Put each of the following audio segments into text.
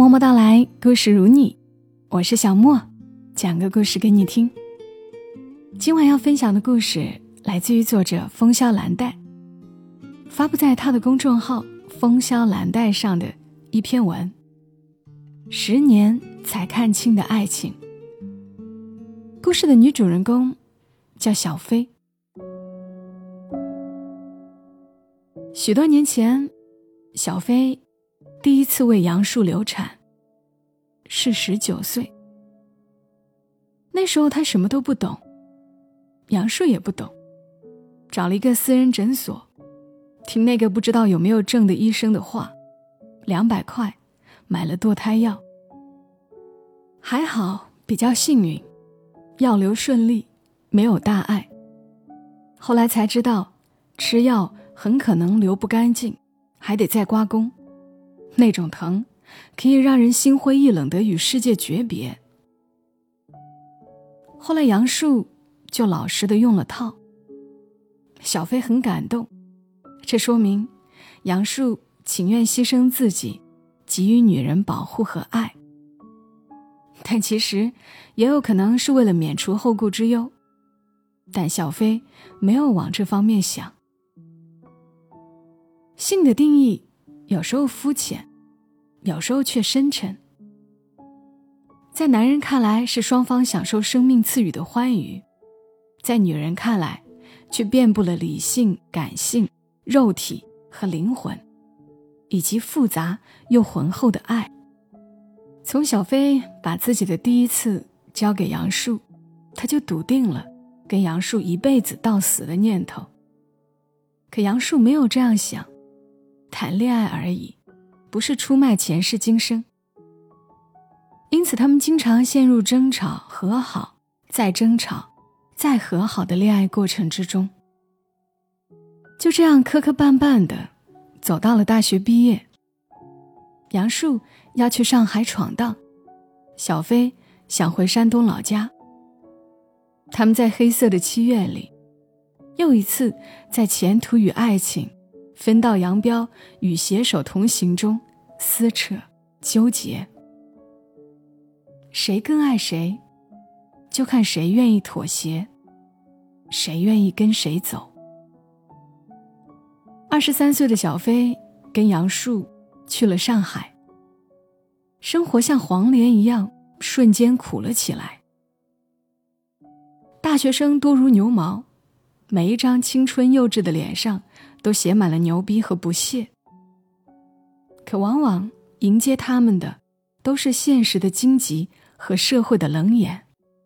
默默到来，故事如你，我是小莫，讲个故事给你听。今晚要分享的故事来自于作者风萧蓝带，发布在他的公众号风萧蓝带上的一篇文，10年才看清的爱情。故事的女主人公叫小飞。许多年前，小飞第一次为杨树流产，是19岁。那时候她什么都不懂，杨树也不懂，找了一个私人诊所，听那个不知道有没有证的医生的话，200块买了堕胎药。还好比较幸运，药流顺利，没有大碍。后来才知道吃药很可能流不干净，还得再刮宫，那种疼可以让人心灰意冷的与世界诀别。后来杨树就老实的用了套，小飞很感动，这说明杨树情愿牺牲自己，给予女人保护和爱。但其实也有可能是为了免除后顾之忧，但小飞没有往这方面想。性的定义有时候肤浅，有时候却深沉。在男人看来是双方享受生命赐予的欢愉，在女人看来却遍布了理性、感性、肉体和灵魂，以及复杂又浑厚的爱。从小飞把自己的第一次交给杨树，他就笃定了跟杨树一辈子到死的念头。可杨树没有这样想，谈恋爱而已，不是出卖前世今生。因此他们经常陷入争吵、和好、再争吵、再和好的恋爱过程之中。就这样磕磕绊绊的走到了大学毕业。杨树要去上海闯荡，小飞想回山东老家。他们在黑色的7月里，又一次在前途与爱情、分道扬镳与携手同行中撕扯纠结。谁更爱谁，就看谁愿意妥协，谁愿意跟谁走。23岁的小飞跟杨树去了上海，生活像黄连一样瞬间苦了起来。大学生多如牛毛，每一张青春幼稚的脸上都写满了牛逼和不屑。可往往迎接他们的都是现实的荆棘和社会的冷眼。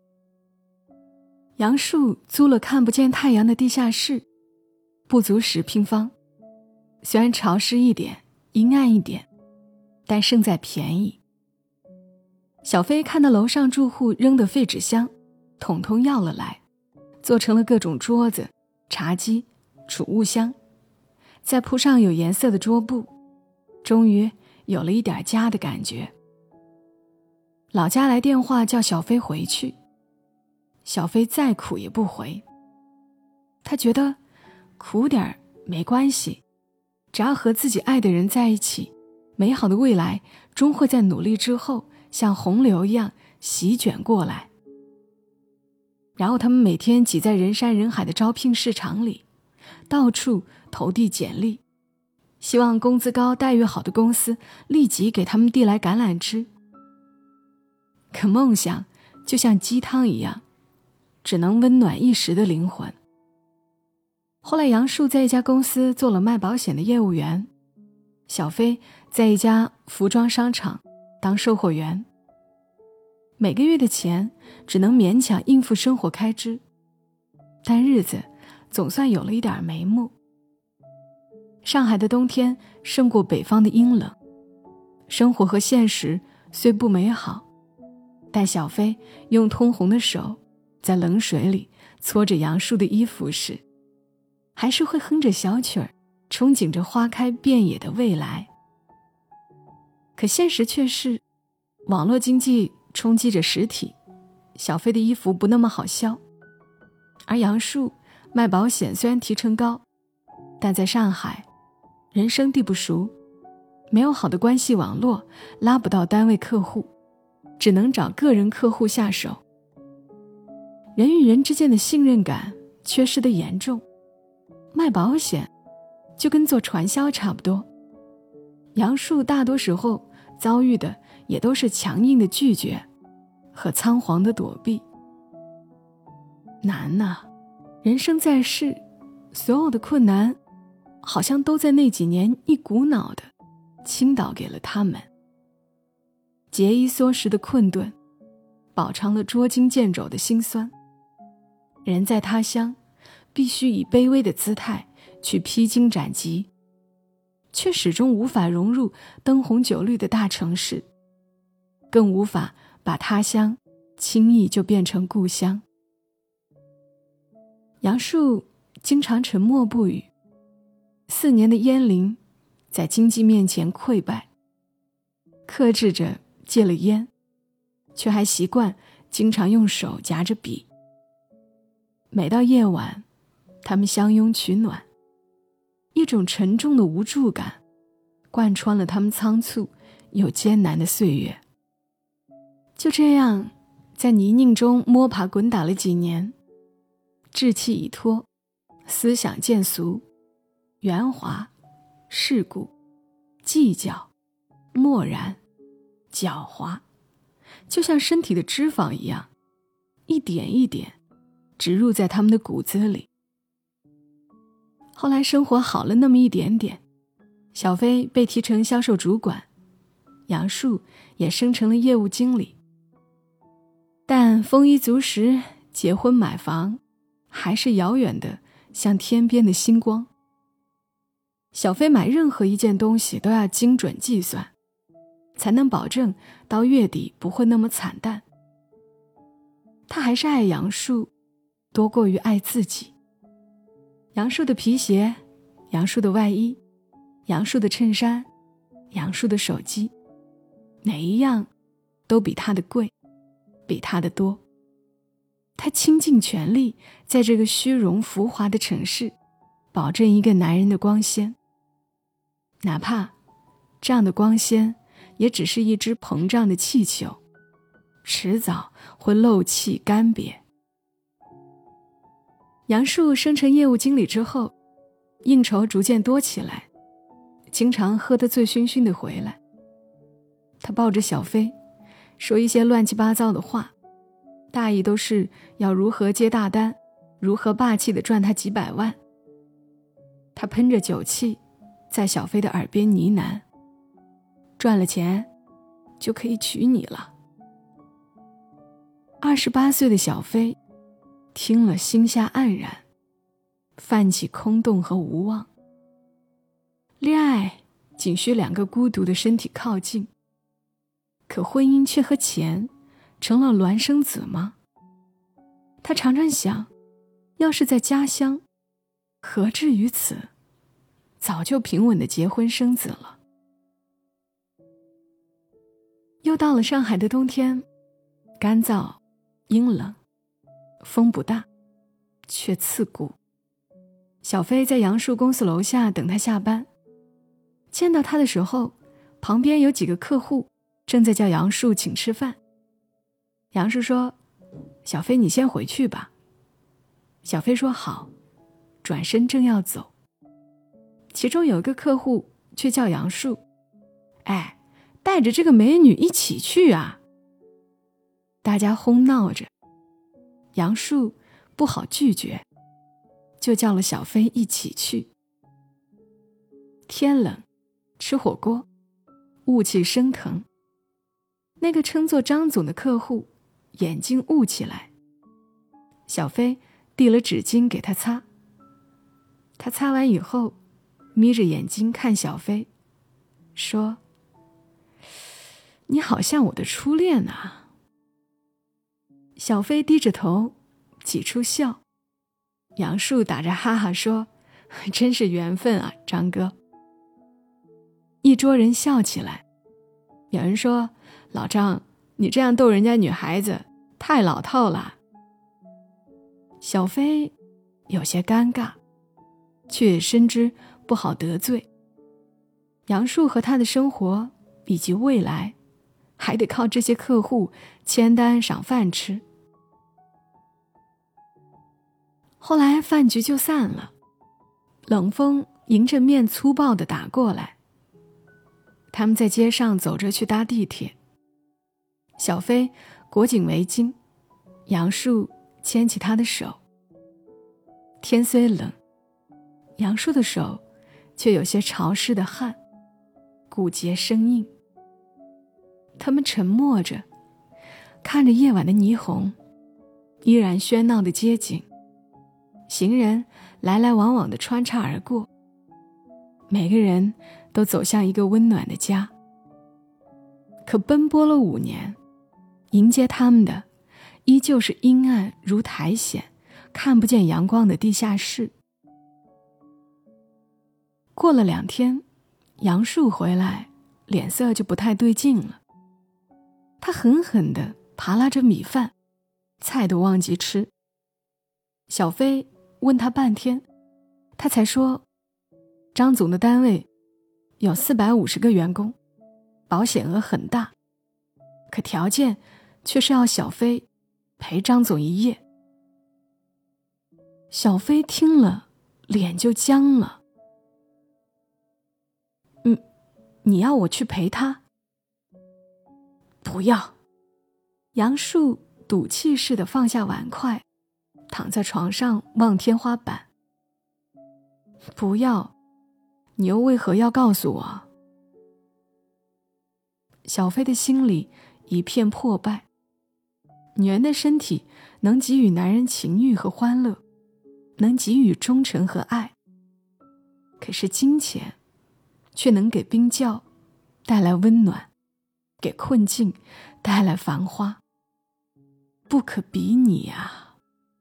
杨树租了看不见太阳的地下室，不足10平方，虽然潮湿一点，阴暗一点，但胜在便宜。小飞看到楼上住户扔的废纸箱，统统要了来，做成了各种桌子、茶几、储物箱，再铺上有颜色的桌布，终于有了一点家的感觉。老家来电话叫小飞回去，小飞再苦也不回。他觉得苦点没关系，只要和自己爱的人在一起，美好的未来终会在努力之后像洪流一样席卷过来。然后他们每天挤在人山人海的招聘市场里，到处投递简历，希望工资高待遇好的公司立即给他们递来橄榄枝。可梦想就像鸡汤一样，只能温暖一时的灵魂。后来杨树在一家公司做了卖保险的业务员，小飞在一家服装商场当售货员。每个月的钱只能勉强应付生活开支，但日子总算有了一点眉目。上海的冬天胜过北方的阴冷，生活和现实虽不美好，但小飞用通红的手在冷水里搓着杨树的衣服时，还是会哼着小曲儿，憧憬着花开遍野的未来。可现实却是，网络经济冲击着实体，小飞的衣服不那么好销。而杨树卖保险虽然提成高，但在上海人生地不熟， 没有好的关系网络，拉不到单位客户，只能找个人客户下手。人与人之间的信任感缺失的严重，卖保险就跟做传销差不多。杨树大多时候遭遇的也都是强硬的拒绝和仓皇的躲避。难啊，人生在世，所有的困难好像都在那几年一股脑的倾倒给了他们。节衣缩食的困顿，饱尝了捉襟见肘的辛酸。人在他乡，必须以卑微的姿态去披荆斩棘，却始终无法融入灯红酒绿的大城市，更无法把他乡轻易就变成故乡。杨树经常沉默不语，4年的烟龄在经济面前溃败，克制着戒了烟，却还习惯经常用手夹着笔。每到夜晚，他们相拥取暖，一种沉重的无助感贯穿了他们仓促又艰难的岁月。就这样在泥泞中摸爬滚打了几年，志气已脱，思想渐俗，圆滑、世故、计较、漠然、狡猾，就像身体的脂肪一样，一点一点植入在他们的骨子里。后来生活好了那么一点点，小飞被提成销售主管，杨树也升成了业务经理。但丰衣足食、结婚买房还是遥远的像天边的星光。小飞买任何一件东西都要精准计算，才能保证到月底不会那么惨淡。他还是爱杨树多过于爱自己。杨树的皮鞋，杨树的外衣，杨树的衬衫，杨树的手机，哪一样都比他的贵，比他的多。他倾尽全力在这个虚荣浮华的城市保证一个男人的光鲜，哪怕这样的光鲜也只是一只膨胀的气球，迟早会漏气干瘪。杨树升成业务经理之后，应酬逐渐多起来，经常喝得醉醺醺的回来。他抱着小飞说一些乱七八糟的话，大意都是要如何接大单，如何霸气地赚他几百万。他喷着酒气在小飞的耳边呢喃，赚了钱就可以娶你了。28岁的小飞听了心下黯然，泛起空洞和无望。恋爱仅需2个孤独的身体靠近，可婚姻却和钱成了孪生子吗？他常常想，要是在家乡，何至于此，早就平稳地结婚生子了。又到了上海的冬天，干燥、阴冷，风不大，却刺骨。小飞在杨树公司楼下等他下班，见到他的时候，旁边有几个客户正在叫杨树请吃饭。杨树说：“小飞，你先回去吧。”小飞说好，转身正要走，其中有一个客户却叫杨树：“哎，带着这个美女一起去啊！”大家哄闹着，杨树不好拒绝，就叫了小飞一起去。天冷，吃火锅，雾气升腾。那个称作张总的客户眼睛雾起来，小飞递了纸巾给他擦。他擦完以后，眯着眼睛看小飞，说：“你好像我的初恋啊。”小飞低着头挤出笑。杨树打着哈哈说：“真是缘分啊，张哥。”一桌人笑起来。有人说：“老张，你这样逗人家女孩子太老套了。”小飞有些尴尬，却也深知不好得罪。 杨树和他的生活以及未来还得靠这些客户签单赏饭吃。后来饭局就散了，冷风迎着面粗暴地打过来。他们在街上走着去搭地铁，小飞裹紧围巾，杨树牵起他的手。天虽冷，杨树的手却有些潮湿的汗，骨节生硬。他们沉默着，看着夜晚的霓虹，依然喧闹的街景，行人来来往往地穿插而过，每个人都走向一个温暖的家。可奔波了5年，迎接他们的依旧是阴暗如苔藓，看不见阳光的地下室。过了2天，杨树回来，脸色就不太对劲了。他狠狠地扒拉着米饭，菜都忘记吃。小飞问他半天，他才说张总的单位有450个员工，保险额很大，可条件却是要小飞陪张总1夜。小飞听了脸就僵了。你要我去陪他？不要。杨树赌气似的放下碗筷，躺在床上望天花板。不要，你又为何要告诉我？小飞的心里一片破败。女人的身体能给予男人情欲和欢乐，能给予忠诚和爱，可是金钱却能给冰窖带来温暖，给困境带来繁花，不可比拟啊。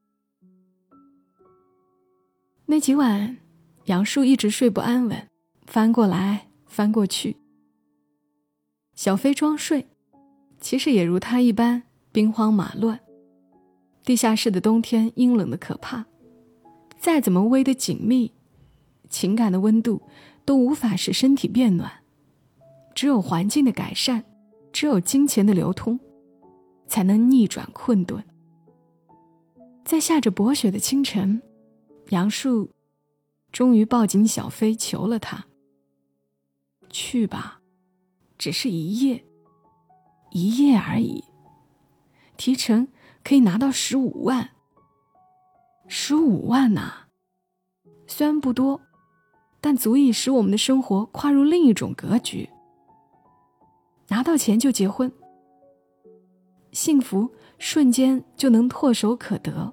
那几晚，杨树一直睡不安稳，翻过来翻过去。小飞装睡，其实也如他一般兵荒马乱。地下室的冬天阴冷的可怕，再怎么围得紧密，情感的温度都无法使身体变暖。只有环境的改善，只有金钱的流通，才能逆转困顿。在下着薄雪的清晨，杨树终于抱紧小飞，求了他：去吧，只是1夜，1夜而已，提成可以拿到15万。15万啊，虽然不多，但足以使我们的生活跨入另一种格局。拿到钱就结婚，幸福瞬间就能唾手可得。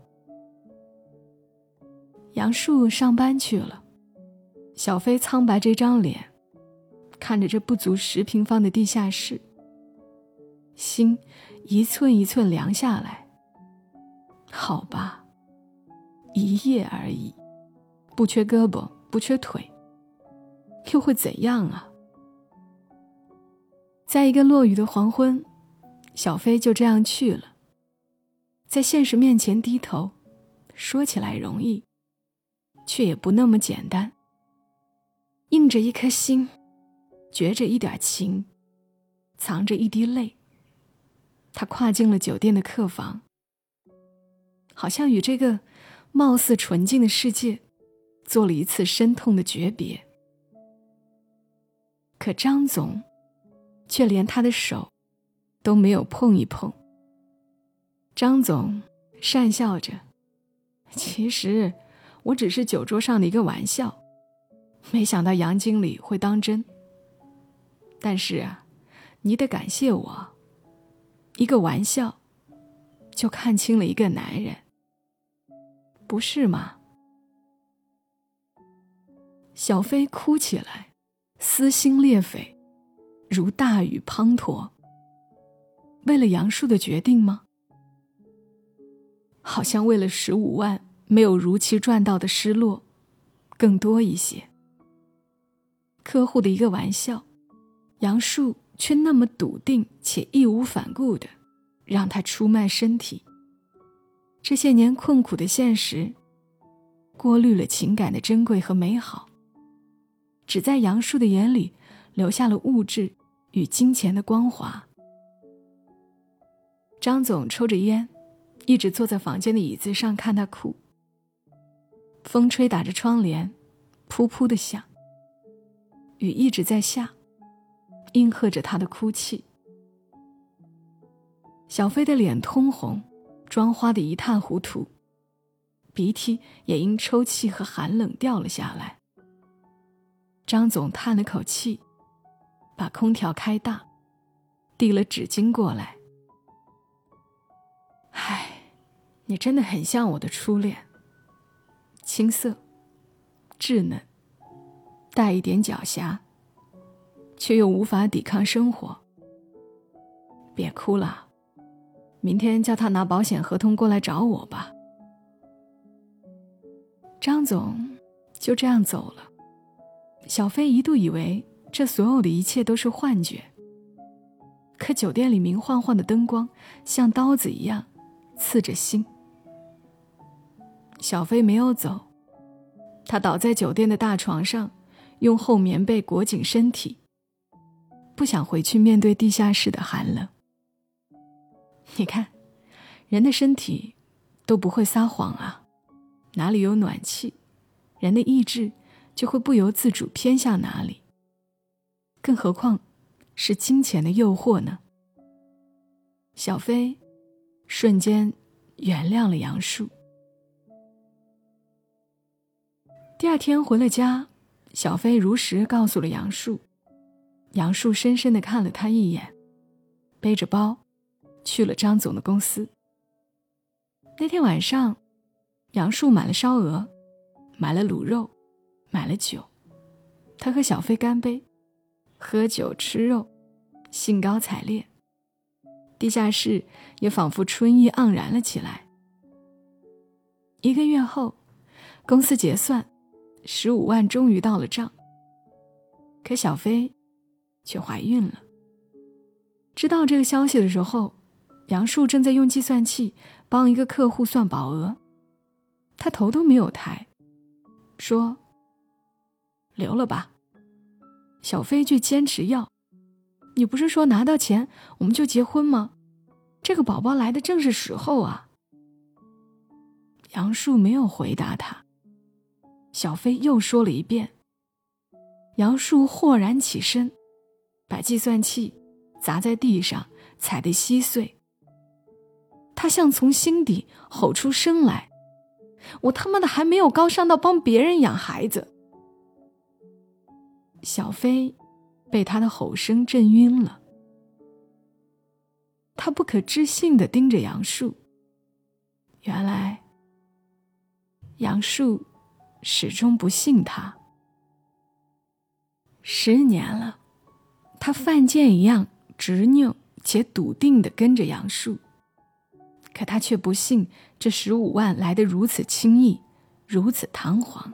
杨树上班去了，小飞苍白这张脸，看着这不足10平方的地下室，心一寸一寸凉下来。好吧，1夜而已，不缺胳膊，不缺腿，又会怎样啊？在一个落雨的黄昏，小飞就这样去了。在现实面前低头，说起来容易，却也不那么简单。硬着一颗心，掘着一点情，藏着一滴泪，他跨进了酒店的客房，好像与这个貌似纯净的世界做了一次深痛的诀别。可张总却连他的手都没有碰一碰。张总讪笑着，其实我只是酒桌上的一个玩笑，没想到杨经理会当真。但是啊，你得感谢我，一个玩笑就看清了一个男人，不是吗？小飞哭起来，撕心裂肺，如大雨滂沱。为了杨树的决定吗？好像为了15万没有如期赚到的失落更多一些。客户的一个玩笑，杨树却那么笃定且义无反顾地让他出卖身体。这些年困苦的现实过滤了情感的珍贵和美好，只在杨树的眼里留下了物质与金钱的光华。张总抽着烟，一直坐在房间的椅子上看他哭。风吹打着窗帘，噗噗地响。雨一直在下，应和着他的哭泣。小飞的脸通红，妆花得一塌糊涂，鼻涕也因抽泣和寒冷掉了下来。张总叹了口气，把空调开大，递了纸巾过来。唉，你真的很像我的初恋，青涩、稚嫩，带一点狡黠，却又无法抵抗生活。别哭了，明天叫他拿保险合同过来找我吧。张总就这样走了。小飞一度以为这所有的一切都是幻觉，可酒店里明晃晃的灯光像刀子一样刺着心。小飞没有走，他倒在酒店的大床上，用厚棉被裹紧身体，不想回去面对地下室的寒冷。你看，人的身体都不会撒谎啊，哪里有暖气，人的意志就会不由自主偏向哪里，更何况是金钱的诱惑呢？小飞瞬间原谅了杨树。第二天回了家，小飞如实告诉了杨树。杨树深深地看了他一眼，背着包去了张总的公司。那天晚上，杨树买了烧鹅，买了卤肉，买了酒。他和小飞干杯，喝酒吃肉，兴高采烈。地下室也仿佛春意盎然了起来。1个月后，公司结算，15万终于到了账。可小飞却怀孕了。知道这个消息的时候，杨树正在用计算器帮一个客户算保额，他头都没有抬，说留了吧。小飞却坚持要，你不是说拿到钱我们就结婚吗？这个宝宝来的正是时候啊。杨树没有回答他，小飞又说了一遍。杨树豁然起身，把计算器砸在地上，踩得稀碎。他像从心底吼出声来，我他妈的还没有高尚到帮别人养孩子。小飞被他的吼声震晕了，他不可置信地盯着杨树。原来杨树始终不信他。10年了，他犯贱一样执拗且笃定地跟着杨树，可他却不信这15万来得如此轻易，如此堂皇。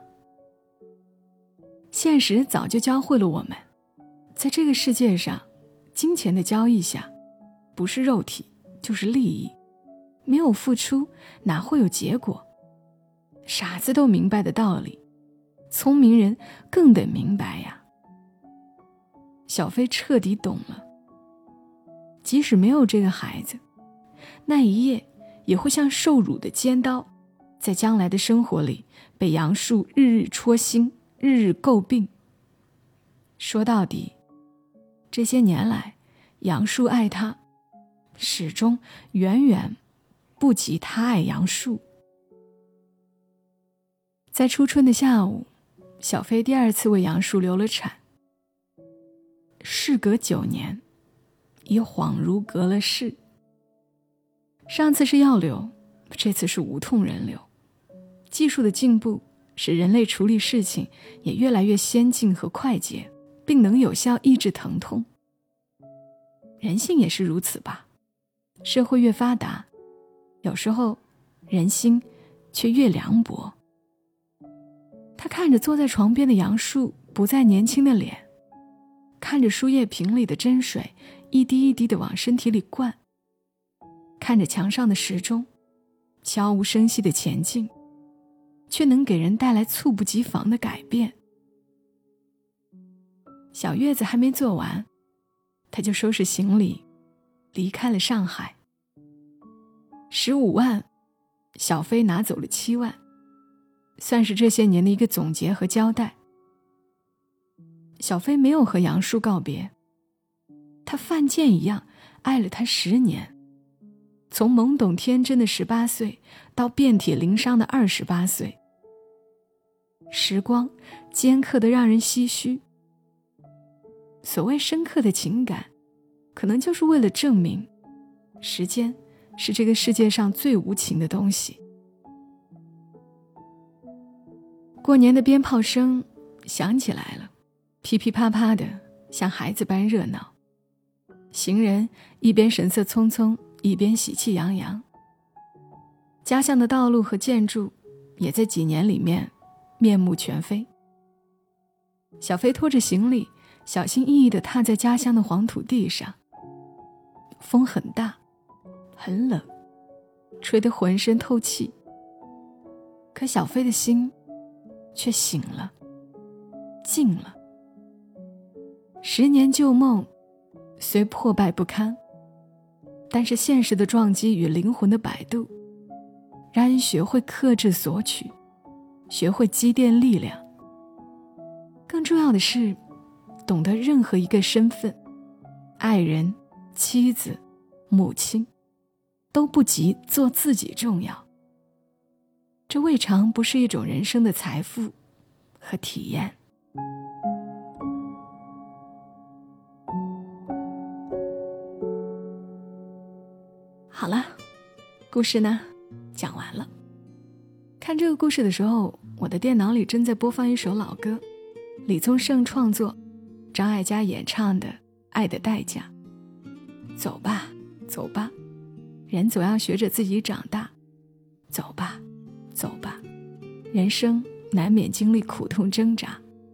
现实早就教会了我们，在这个世界上，金钱的交易下，不是肉体就是利益，没有付出哪会有结果？傻子都明白的道理，聪明人更得明白呀。小飞彻底懂了，即使没有这个孩子，那一夜也会像受辱的尖刀，在将来的生活里被杨树日日戳心，日日诟病。说到底，这些年来，杨树爱他，始终远远不及他爱杨树。在初春的下午，小飞第2次为杨树流了产。事隔9年，已恍如隔了世。上次是药流，这次是无痛人流。技术的进步使人类处理事情也越来越先进和快捷，并能有效抑制疼痛。人性也是如此吧，社会越发达，有时候人心却越凉薄。他看着坐在床边的杨树不再年轻的脸，看着输液瓶里的针水一滴一滴地往身体里灌，看着墙上的时钟悄无声息地前进，却能给人带来猝不及防的改变。 小月子还没做完，他就收拾行李离开了上海。15万，小飞拿走了7万，算是这些年的一个总结和交代。小飞没有和杨树告别，他犯贱一样爱了他10年，从懵懂天真的18岁到遍体鳞伤的28岁。时光尖刻得让人唏嘘。所谓深刻的情感，可能就是为了证明时间是这个世界上最无情的东西。过年的鞭炮声响起来了，噼噼啪啪的，像孩子般热闹。行人一边神色匆匆，一边喜气洋洋。家乡的道路和建筑也在几年里面面目全非。小飞拖着行李，小心翼翼地踏在家乡的黄土地上。风很大，很冷，吹得浑身透气。可小飞的心却醒了，静了。10年旧梦虽破败不堪，但是现实的撞击与灵魂的摆渡，让人学会克制索取，学会积淀力量。更重要的是，懂得任何一个身份，爱人、妻子、母亲，都不及做自己重要。这未尝不是一种人生的财富和体验。好了，故事呢讲完了。看这个故事的时候，我的电脑里正在播放一首老歌，李宗盛创作，张艾嘉演唱的《爱的代价》。走吧，走吧，人总要学着自己长大。走吧，走吧，人生难免经历苦痛挣扎。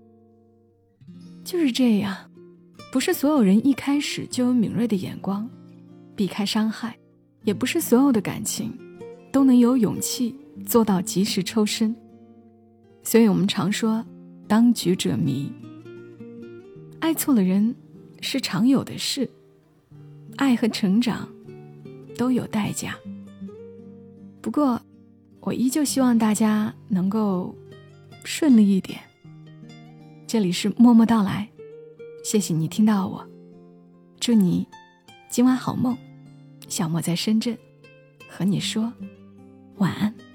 就是这样，不是所有人一开始就有敏锐的眼光，避开伤害，也不是所有的感情都能有勇气做到及时抽身。所以我们常说当局者迷。爱错了人是常有的事，爱和成长都有代价。不过我依旧希望大家能够顺利一点。这里是默默到来，谢谢你听到我，祝你今晚好梦。小莫在深圳和你说晚安。